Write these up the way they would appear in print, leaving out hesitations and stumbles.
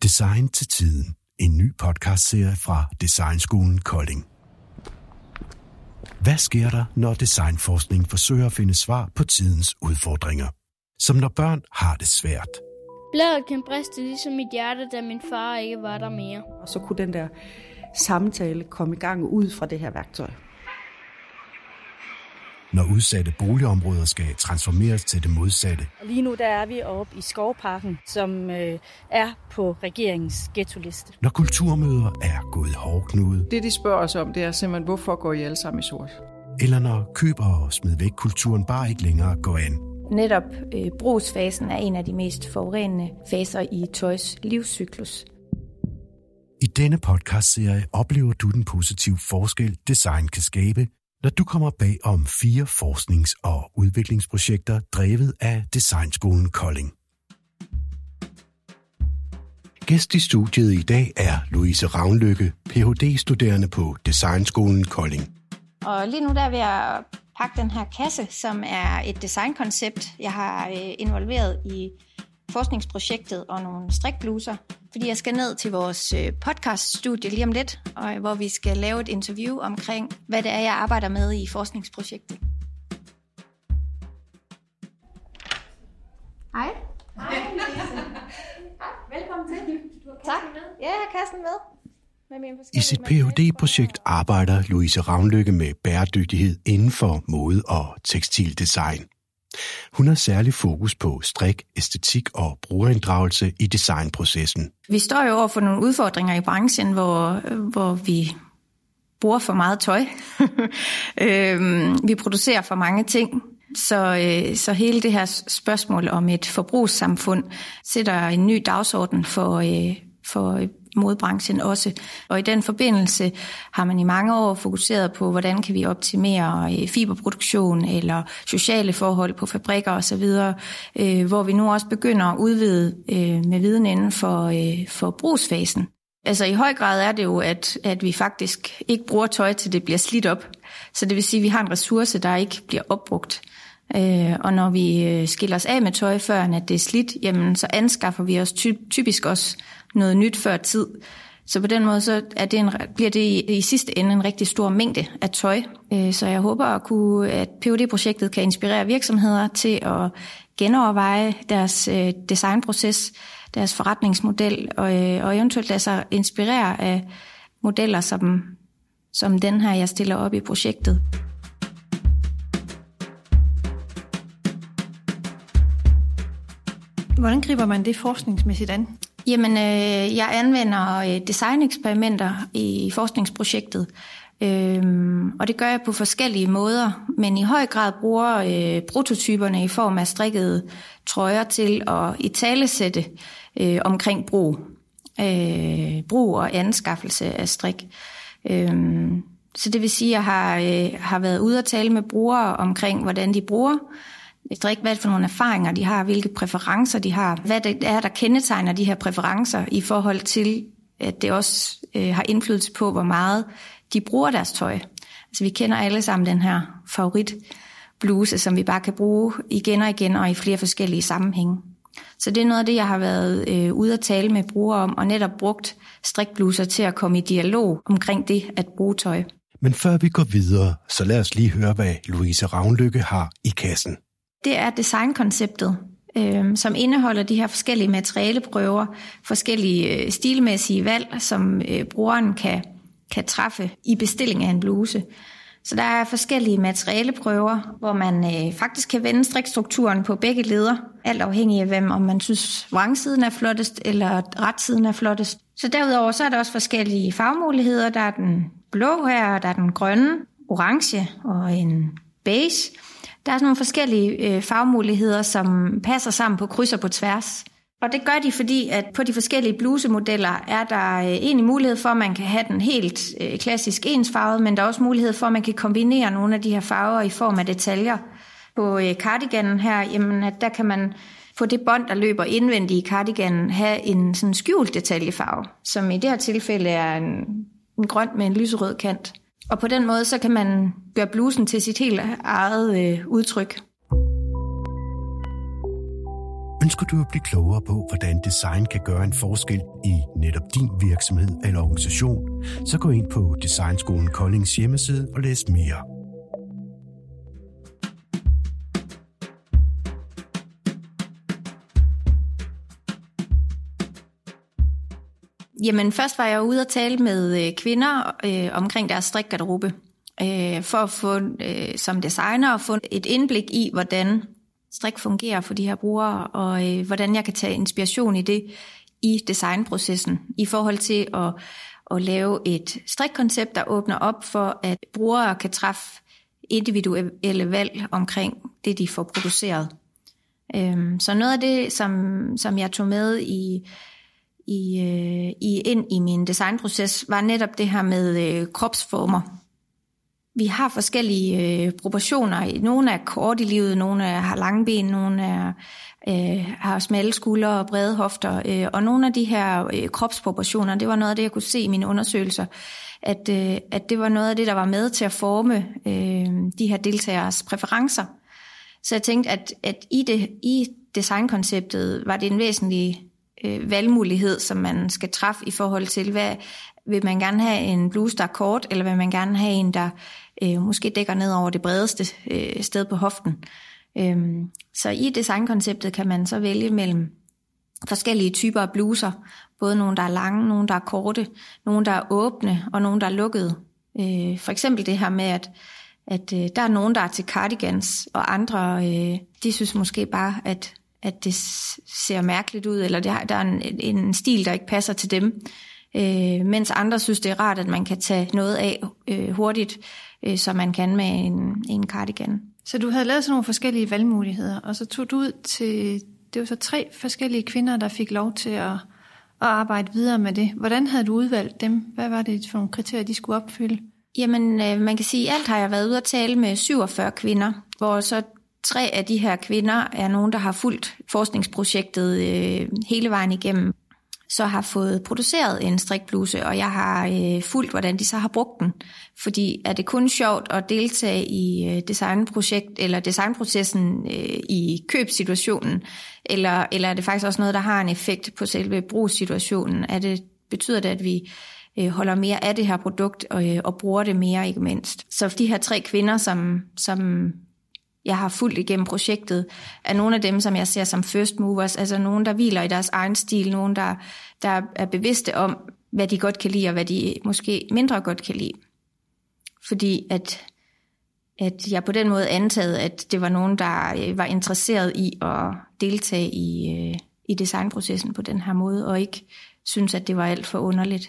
Design til tiden. En ny podcastserie fra Designskolen Kolding. Hvad sker der, når designforskning forsøger at finde svar på tidens udfordringer? Som når børn har det svært. Bladet kan briste ligesom mit hjerte, da min far ikke var der mere. Og så kunne den der samtale komme i gang ud fra det her værktøj. Når udsatte boligområder skal transformeres til det modsatte. Lige nu der er vi oppe i Skovparken, som er på regeringens ghettoliste. Når kulturmøder er gået i hårdknude. Det, de spørger os om, det er simpelthen, hvorfor går I alle sammen i sort? Eller når køber og smid væk kulturen bare ikke længere går an. Netop brugsfasen er en af de mest forurenende faser i tøjs livscyklus. I denne podcastserie oplever du den positive forskel, design kan skabe, når du kommer bag om 4 forsknings- og udviklingsprojekter drevet af Designskolen Kolding. Gæst i studiet i dag er Louise Ravnlykke, Ph.D.-studerende på Designskolen Kolding. Og lige nu der vil jeg pakke den her kasse, som er et designkoncept, jeg har involveret i forskningsprojektet og nogle strikbluser, fordi jeg skal ned til vores podcaststudie lige om lidt, og hvor vi skal lave et interview omkring, hvad det er, jeg arbejder med i forskningsprojektet. Hej. Hej. Velkommen til. Tak. Ja, jeg har kassen med. I sit Ph.D.-projekt arbejder Louise Ravnlykke med bæredygtighed inden for mode- og tekstildesign. Hun har særlig fokus på strik, æstetik og brugerinddragelse i designprocessen. Vi står jo over for nogle udfordringer i branchen, hvor vi bruger for meget tøj. Vi producerer for mange ting. Så hele det her spørgsmål om et forbrugssamfund sætter en ny dagsorden for modebranchen også. Og i den forbindelse har man i mange år fokuseret på, hvordan kan vi optimere fiberproduktion eller sociale forhold på fabrikker osv., hvor vi nu også begynder at udvide med viden inden for brugsfasen. Altså i høj grad er det jo, at vi faktisk ikke bruger tøj, til det bliver slidt op. Så det vil sige, at vi har en ressource, der ikke bliver opbrugt. Og når vi skiller os af med tøj, før at det er slidt, jamen, så anskaffer vi os typisk også noget nyt før tid. Så på den måde så bliver det i sidste ende en rigtig stor mængde af tøj. Så jeg håber, at Ph.D.-projektet kan inspirere virksomheder til at genoverveje deres designproces, deres forretningsmodel, og eventuelt lade sig inspirere af modeller som den her, jeg stiller op i projektet. Hvordan griber man det forskningsmæssigt an? Jamen, jeg anvender designeksperimenter i forskningsprojektet, og det gør jeg på forskellige måder, men i høj grad bruger prototyperne i form af strikkede trøjer til at italesætte omkring brug og anskaffelse af strik. Så det vil sige, at jeg har været ude at tale med brugere omkring, hvordan de bruger strik, hvad for nogle erfaringer de har, hvilke præferencer de har, hvad det er, der kendetegner de her præferencer i forhold til, at det også har indflydelse på, hvor meget de bruger deres tøj. Altså vi kender alle sammen den her favoritbluse, som vi bare kan bruge igen og igen og i flere forskellige sammenhænge. Så det er noget af det, jeg har været ude at tale med brugere om, og netop brugt strikbluser til at komme i dialog omkring det at bruge tøj. Men før vi går videre, så lad os lige høre, hvad Louise Ravnlykke har i kassen. Det er designkonceptet, som indeholder de her forskellige materialeprøver, forskellige stilmæssige valg, som brugeren kan træffe i bestilling af en bluse. Så der er forskellige materialeprøver, hvor man faktisk kan vende strikstrukturen på begge leder, alt afhængig af om man synes vrangsiden er flottest eller retsiden er flottest. Så derudover så er der også forskellige farvemuligheder. Der er den blå her, der er den grønne, orange og en beige. Der er sådan nogle forskellige farvemuligheder, som passer sammen på kryds og på tværs. Og det gør de, fordi at på de forskellige blusemodeller er der egentlig mulighed for, at man kan have den helt klassisk ensfarvet, men der er også mulighed for, at man kan kombinere nogle af de her farver i form af detaljer. På cardiganen her, jamen, der kan man på det bånd, der løber indvendigt i cardiganen, have en sådan skjult detaljefarve, som i det her tilfælde er en grøn med en lyserød kant. Og på den måde, så kan man gøre blusen til sit helt eget udtryk. Ønsker du at blive klogere på, hvordan design kan gøre en forskel i netop din virksomhed eller organisation, så gå ind på Designskolen Koldings hjemmeside og læs mere. Jamen, først var jeg ude at tale med kvinder omkring deres strikgarderobe, for at få, som designer, at få et indblik i, hvordan strik fungerer for de her brugere, og hvordan jeg kan tage inspiration i det i designprocessen, i forhold til at lave et strikkoncept, der åbner op for, at brugere kan træffe individuelle valg omkring det, de får produceret. Så noget af det, som jeg tog med ind i min designproces, var netop det her med kropsformer. Vi har forskellige proportioner. Nogle er kort i livet, nogle har lange ben, nogle har smalle skuldre og brede hofter. Og nogle af de her kropsproportioner, det var noget af det, jeg kunne se i mine undersøgelser, at det var noget af det, der var med til at forme de her deltageres præferencer. Så jeg tænkte, at i designkonceptet var det en væsentlig valgmulighed, som man skal træffe i forhold til, hvad vil man gerne have en bluse, der er kort, eller vil man gerne have en, der måske dækker ned over det bredeste sted på hoften. Så i designkonceptet kan man så vælge mellem forskellige typer af bluser, både nogle, der er lange, nogle, der er korte, nogle, der er åbne, og nogle, der er lukkede. For eksempel det her med, at der er nogen, der er til cardigans, og andre, de synes måske bare, at det ser mærkeligt ud, eller der er en stil, der ikke passer til dem. Mens andre synes, det er rart, at man kan tage noget af hurtigt, som man kan med en cardigan. Så du havde lavet sådan nogle forskellige valgmuligheder, og så tog du ud til, det var så 3 forskellige kvinder, der fik lov til at arbejde videre med det. Hvordan havde du udvalgt dem? Hvad var det for nogle kriterier, de skulle opfylde? Jamen, man kan sige, at alt har jeg været ude at tale med 47 kvinder, hvor så 3 af de her kvinder er nogen, der har fulgt forskningsprojektet hele vejen igennem, så har fået produceret en strikbluse, og jeg har fulgt, hvordan de så har brugt den. Fordi er det kun sjovt at deltage i designprojekt eller designprocessen i købssituationen, eller er det faktisk også noget, der har en effekt på selve brugssituationen? Betyder det, at vi holder mere af det her produkt og bruger det mere, ikke mindst? Så de her 3 kvinder, som jeg har fulgt igennem projektet, er nogle af dem, som jeg ser som first movers, altså nogen, der hviler i deres egen stil, nogen, der er bevidste om, hvad de godt kan lide, og hvad de måske mindre godt kan lide. Fordi at jeg på den måde antaget, at det var nogen, der var interesseret i at deltage i designprocessen på den her måde, og ikke synes, at det var alt for underligt.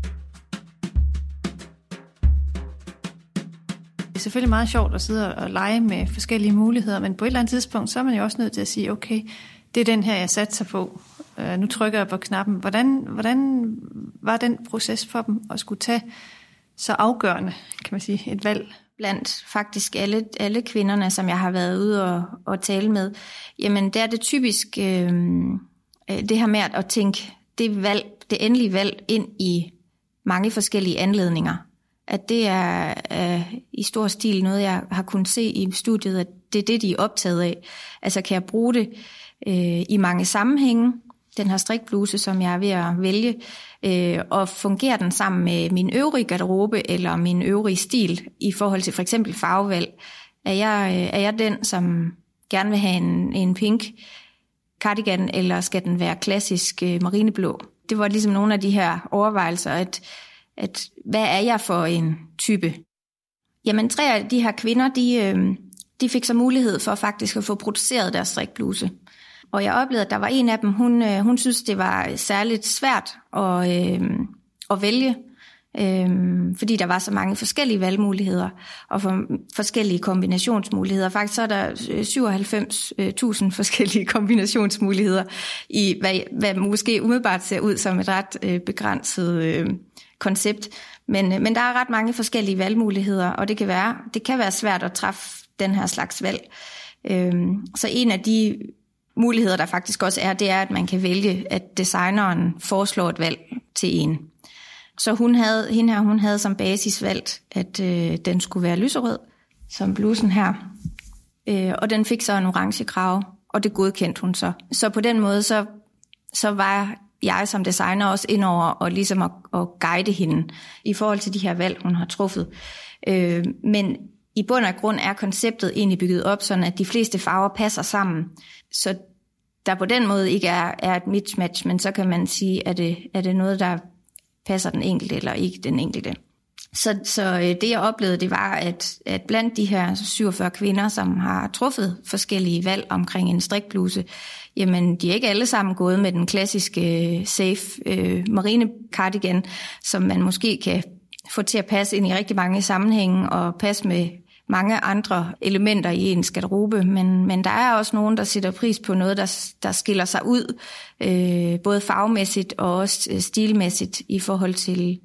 Det er selvfølgelig meget sjovt at sidde og lege med forskellige muligheder, men på et eller andet tidspunkt, så er man jo også nødt til at sige, okay, det er den her, jeg satser på. Nu trykker jeg på knappen. Hvordan var den proces for dem at skulle tage så afgørende, kan man sige, et valg? Blandt faktisk alle kvinderne, som jeg har været ude og tale med, jamen der er det typisk det her med at tænke det endelige valg ind i mange forskellige anledninger. At det er i stor stil noget, jeg har kunnet se i studiet, at det er det, de er optaget af. Altså kan jeg bruge det i mange sammenhænge, den her strikbluse, som jeg er ved at vælge, og fungerer den sammen med min øvrige garderobe eller min øvrige stil i forhold til for eksempel farvevalg? Er jeg den, som gerne vil have en pink cardigan, eller skal den være klassisk marineblå? Det var ligesom nogle af de her overvejelser, at hvad er jeg for en type? Jamen 3 af de her kvinder, de fik så mulighed for faktisk at få produceret deres strikbluse. Og jeg oplevede, at der var en af dem, hun synes, det var særligt svært at vælge, fordi der var så mange forskellige valgmuligheder og forskellige kombinationsmuligheder. Faktisk så er der 97.000 forskellige kombinationsmuligheder i, hvad måske umiddelbart ser ud som et ret begrænset koncept. Men der er ret mange forskellige valgmuligheder, og det kan være svært at træffe den her slags valg. Så en af de muligheder, der faktisk også er, det er, at man kan vælge, at designeren foreslår et valg til en. Så hun havde som basis valgt, at den skulle være lyserød, som blusen her. Og den fik så en orange krave. og det godkendte hun så. Så på den måde, så var jeg som designer også ind over og ligesom at guide hende i forhold til de her valg, hun har truffet. Men i bund og grund er konceptet egentlig bygget op, sådan at de fleste farver passer sammen. Så der på den måde ikke er et mismatch, men så kan man sige, er det noget, der passer den enkelte eller ikke den enkelte. Så det jeg oplevede, det var, at blandt de her 47 kvinder, som har truffet forskellige valg omkring en strikbluse, jamen de er ikke alle sammen gået med den klassiske safe marine cardigan, som man måske kan få til at passe ind i rigtig mange sammenhænge og passe med mange andre elementer i ens garderobe, men der er også nogen, der sætter pris på noget, der skiller sig ud, både farvemæssigt og også stilmæssigt i forhold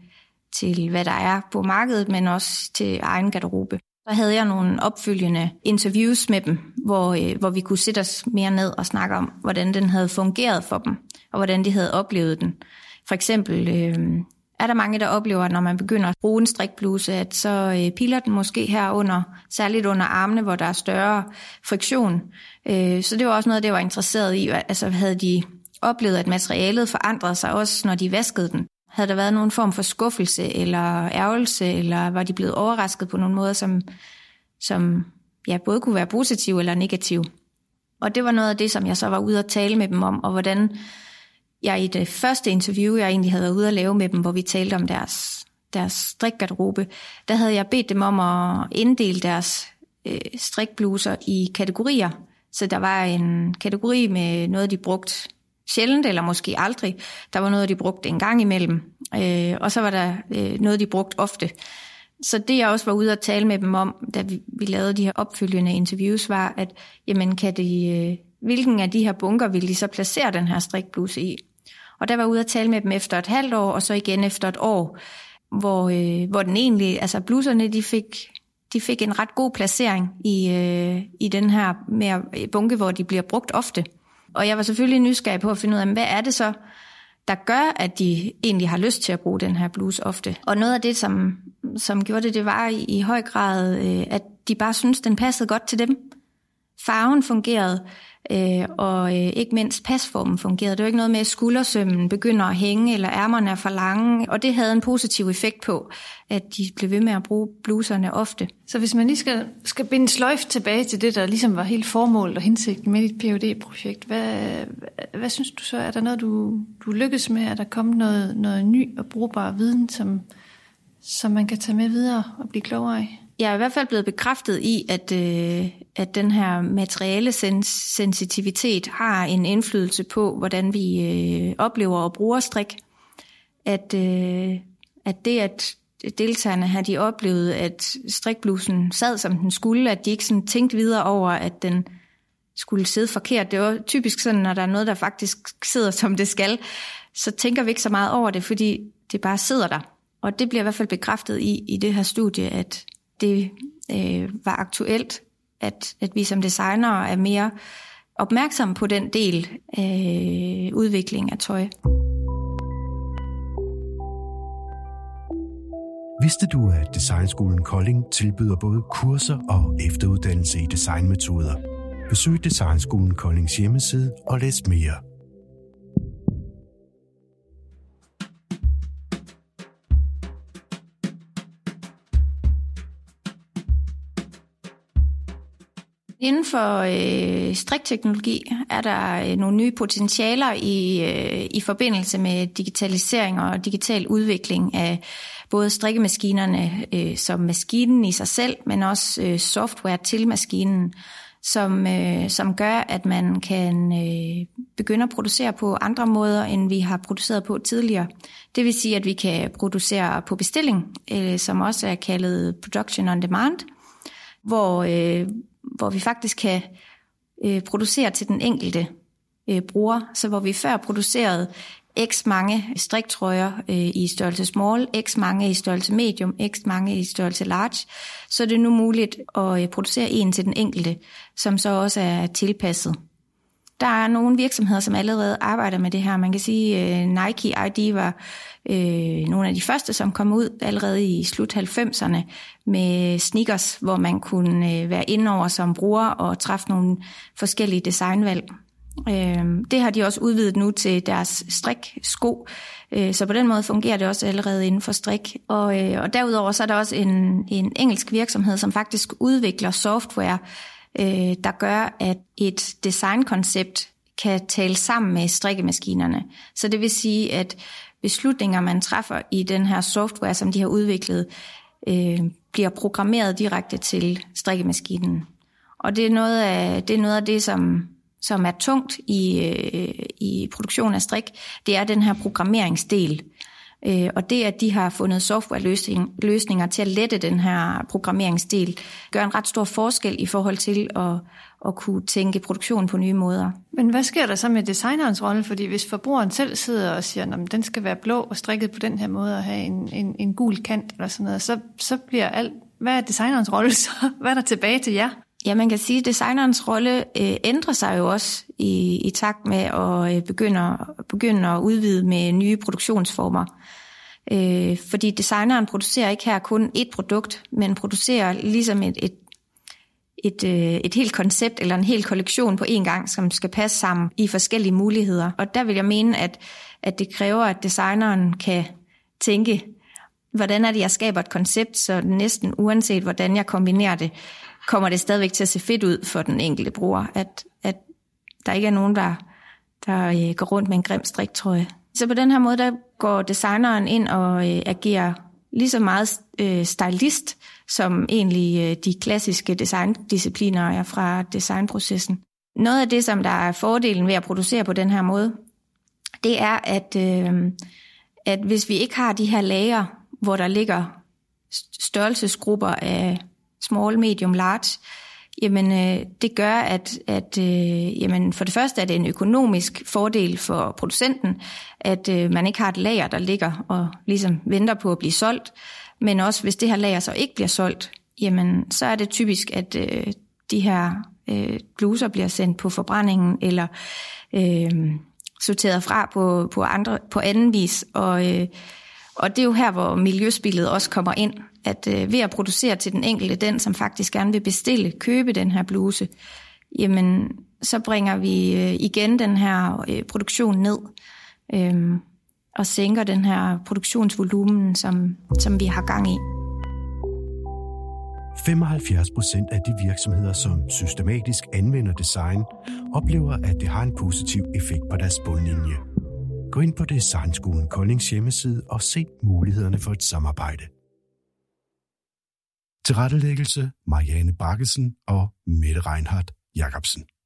til hvad der er på markedet, men også til egen garderobe. Så havde jeg nogle opfølgende interviews med dem, hvor vi kunne sætte os mere ned og snakke om, hvordan den havde fungeret for dem, og hvordan de havde oplevet den. For eksempel er der mange, der oplever, at når man begynder at bruge en strikbluse, at så piler den måske herunder, særligt under armene, hvor der er større friktion. Så det var også noget, det var interesseret i. Altså havde de oplevet, at materialet forandrede sig også, når de vaskede den? Havde der været nogen form for skuffelse eller ærgelse, eller var de blevet overrasket på nogle måder, som både kunne være positive eller negative? Og det var noget af det, som jeg så var ude at tale med dem om, og hvordan jeg i det første interview, jeg egentlig havde været ude at lave med dem, hvor vi talte om deres strikgarderobe, der havde jeg bedt dem om at inddele deres strikbluser i kategorier. Så der var en kategori med noget, de brugte sjældent, eller måske aldrig. Der var noget, de brugte en gang imellem, og så var der noget, de brugte ofte. Så det, jeg også var ude at tale med dem om, da vi lavede de her opfølgende interviews, var, at jamen, hvilken af de her bunker ville de så placere den her strikbluse i? Og der var jeg ude at tale med dem efter et halvt år, og så igen efter et år, hvor den egentlig, altså bluserne, de fik en ret god placering i den her mere bunke, hvor de bliver brugt ofte. Og jeg var selvfølgelig nysgerrig på at finde ud af, hvad er det så, der gør, at de egentlig har lyst til at bruge den her bluse ofte. Og noget af det, som gjorde det var i høj grad, at de bare syntes, den passede godt til dem. Farven fungerede, og ikke mindst pasformen fungerede. Det var ikke noget med, at skuldersømmen begynder at hænge, eller ærmerne er for lange, og det havde en positiv effekt på, at de blev ved med at bruge bluserne ofte. Så hvis man lige skal binde sløjf tilbage til det, der ligesom var helt formålet og hensigten med dit PhD-projekt, hvad synes du så? Er der noget, du lykkes med? Er der kommet noget ny og brugbar viden, som man kan tage med videre og blive klogere af? Jeg er i hvert fald blevet bekræftet i, at den her materiale sensitivitet har en indflydelse på, hvordan vi oplever og bruger strik. At deltagerne har de oplevet, at strikblusen sad, som den skulle, at de ikke sådan tænkte videre over, at den skulle sidde forkert. Det var typisk sådan, når der er noget, der faktisk sidder, som det skal, så tænker vi ikke så meget over det, fordi det bare sidder der. Og det bliver i hvert fald bekræftet i det her studie, at det var aktuelt, at vi som designere er mere opmærksomme på den del af udvikling af tøj. Vidste du, at Designskolen Kolding tilbyder både kurser og efteruddannelse i designmetoder? Besøg Designskolen Koldings hjemmeside og læs mere. Inden for strikteknologi er der nogle nye potentialer i forbindelse med digitalisering og digital udvikling af både strikkemaskinerne som maskinen i sig selv, men også software til maskinen, som gør, at man kan begynde at producere på andre måder, end vi har produceret på tidligere. Det vil sige, at vi kan producere på bestilling, som også er kaldet production on demand, hvor vi faktisk kan producere til den enkelte bruger. Så hvor vi før producerede x mange striktrøjer i størrelse small, x mange i størrelse medium, x mange i størrelse large, så er det nu muligt at producere en til den enkelte, som så også er tilpasset. Der er nogle virksomheder, som allerede arbejder med det her. Man kan sige, Nike ID var nogle af de første, som kom ud allerede i slut 90'erne med sneakers, hvor man kunne være indover som bruger og træffe nogle forskellige designvalg. Det har de også udvidet nu til deres striksko, så på den måde fungerer det også allerede inden for strik. Og derudover så er der også en engelsk virksomhed, som faktisk udvikler software, der gør, at et designkoncept kan tale sammen med strikkemaskinerne. Så det vil sige, at beslutninger, man træffer i den her software, som de har udviklet, bliver programmeret direkte til strikkemaskinen. Og det er noget af det, som er tungt i produktion af strik, det er den her programmeringsdel. Og det, at de har fundet softwareløsninger til at lette den her programmeringsdel, gør en ret stor forskel i forhold til at kunne tænke produktion på nye måder. Men hvad sker der så med designerens rolle? Fordi hvis forbrugeren selv sidder og siger, at den skal være blå og strikket på den her måde og have en gul kant eller sådan noget, så bliver alt. Hvad er designerens rolle så? Hvad er der tilbage til jer? Ja, man kan sige, at designerens rolle ændrer sig jo også i takt med at begynde at udvide med nye produktionsformer. Fordi designeren producerer ikke her kun et produkt, men producerer ligesom et helt koncept eller en hel kollektion på en gang, som skal passe sammen i forskellige muligheder. Og der vil jeg mene, at det kræver, at designeren kan tænke, hvordan er det, jeg skaber et koncept, så næsten uanset hvordan jeg kombinerer det, kommer det stadigvæk til at se fedt ud for den enkelte bruger, at der ikke er nogen, der går rundt med en grim striktrøje. Så på den her måde, der går designeren ind og agerer lige så meget stylist, som egentlig de klassiske designdiscipliner er fra designprocessen. Noget af det, som der er fordelen ved at producere på den her måde, det er, at hvis vi ikke har de her lager, hvor der ligger størrelsesgrupper af small, medium, large, jamen det gør, at jamen for det første er det en økonomisk fordel for producenten, at man ikke har et lager, der ligger og ligesom venter på at blive solgt, men også hvis det her lager så ikke bliver solgt, jamen så er det typisk, at de her bluser bliver sendt på forbrændingen eller sorteret fra på anden vis, og det er jo her, hvor miljøspillet også kommer ind, at ved at producere til den enkelte, den som faktisk gerne vil købe den her bluse, jamen så bringer vi igen den her produktion ned og sænker den her produktionsvolumen, som vi har gang i. 75% af de virksomheder, som systematisk anvender design, oplever, at det har en positiv effekt på deres bundlinje. Gå ind på Designskolen Koldings hjemmeside og se mulighederne for et samarbejde. Tilrettelæggelse Marianne Bakkesen og Mette Reinhardt Jacobsen.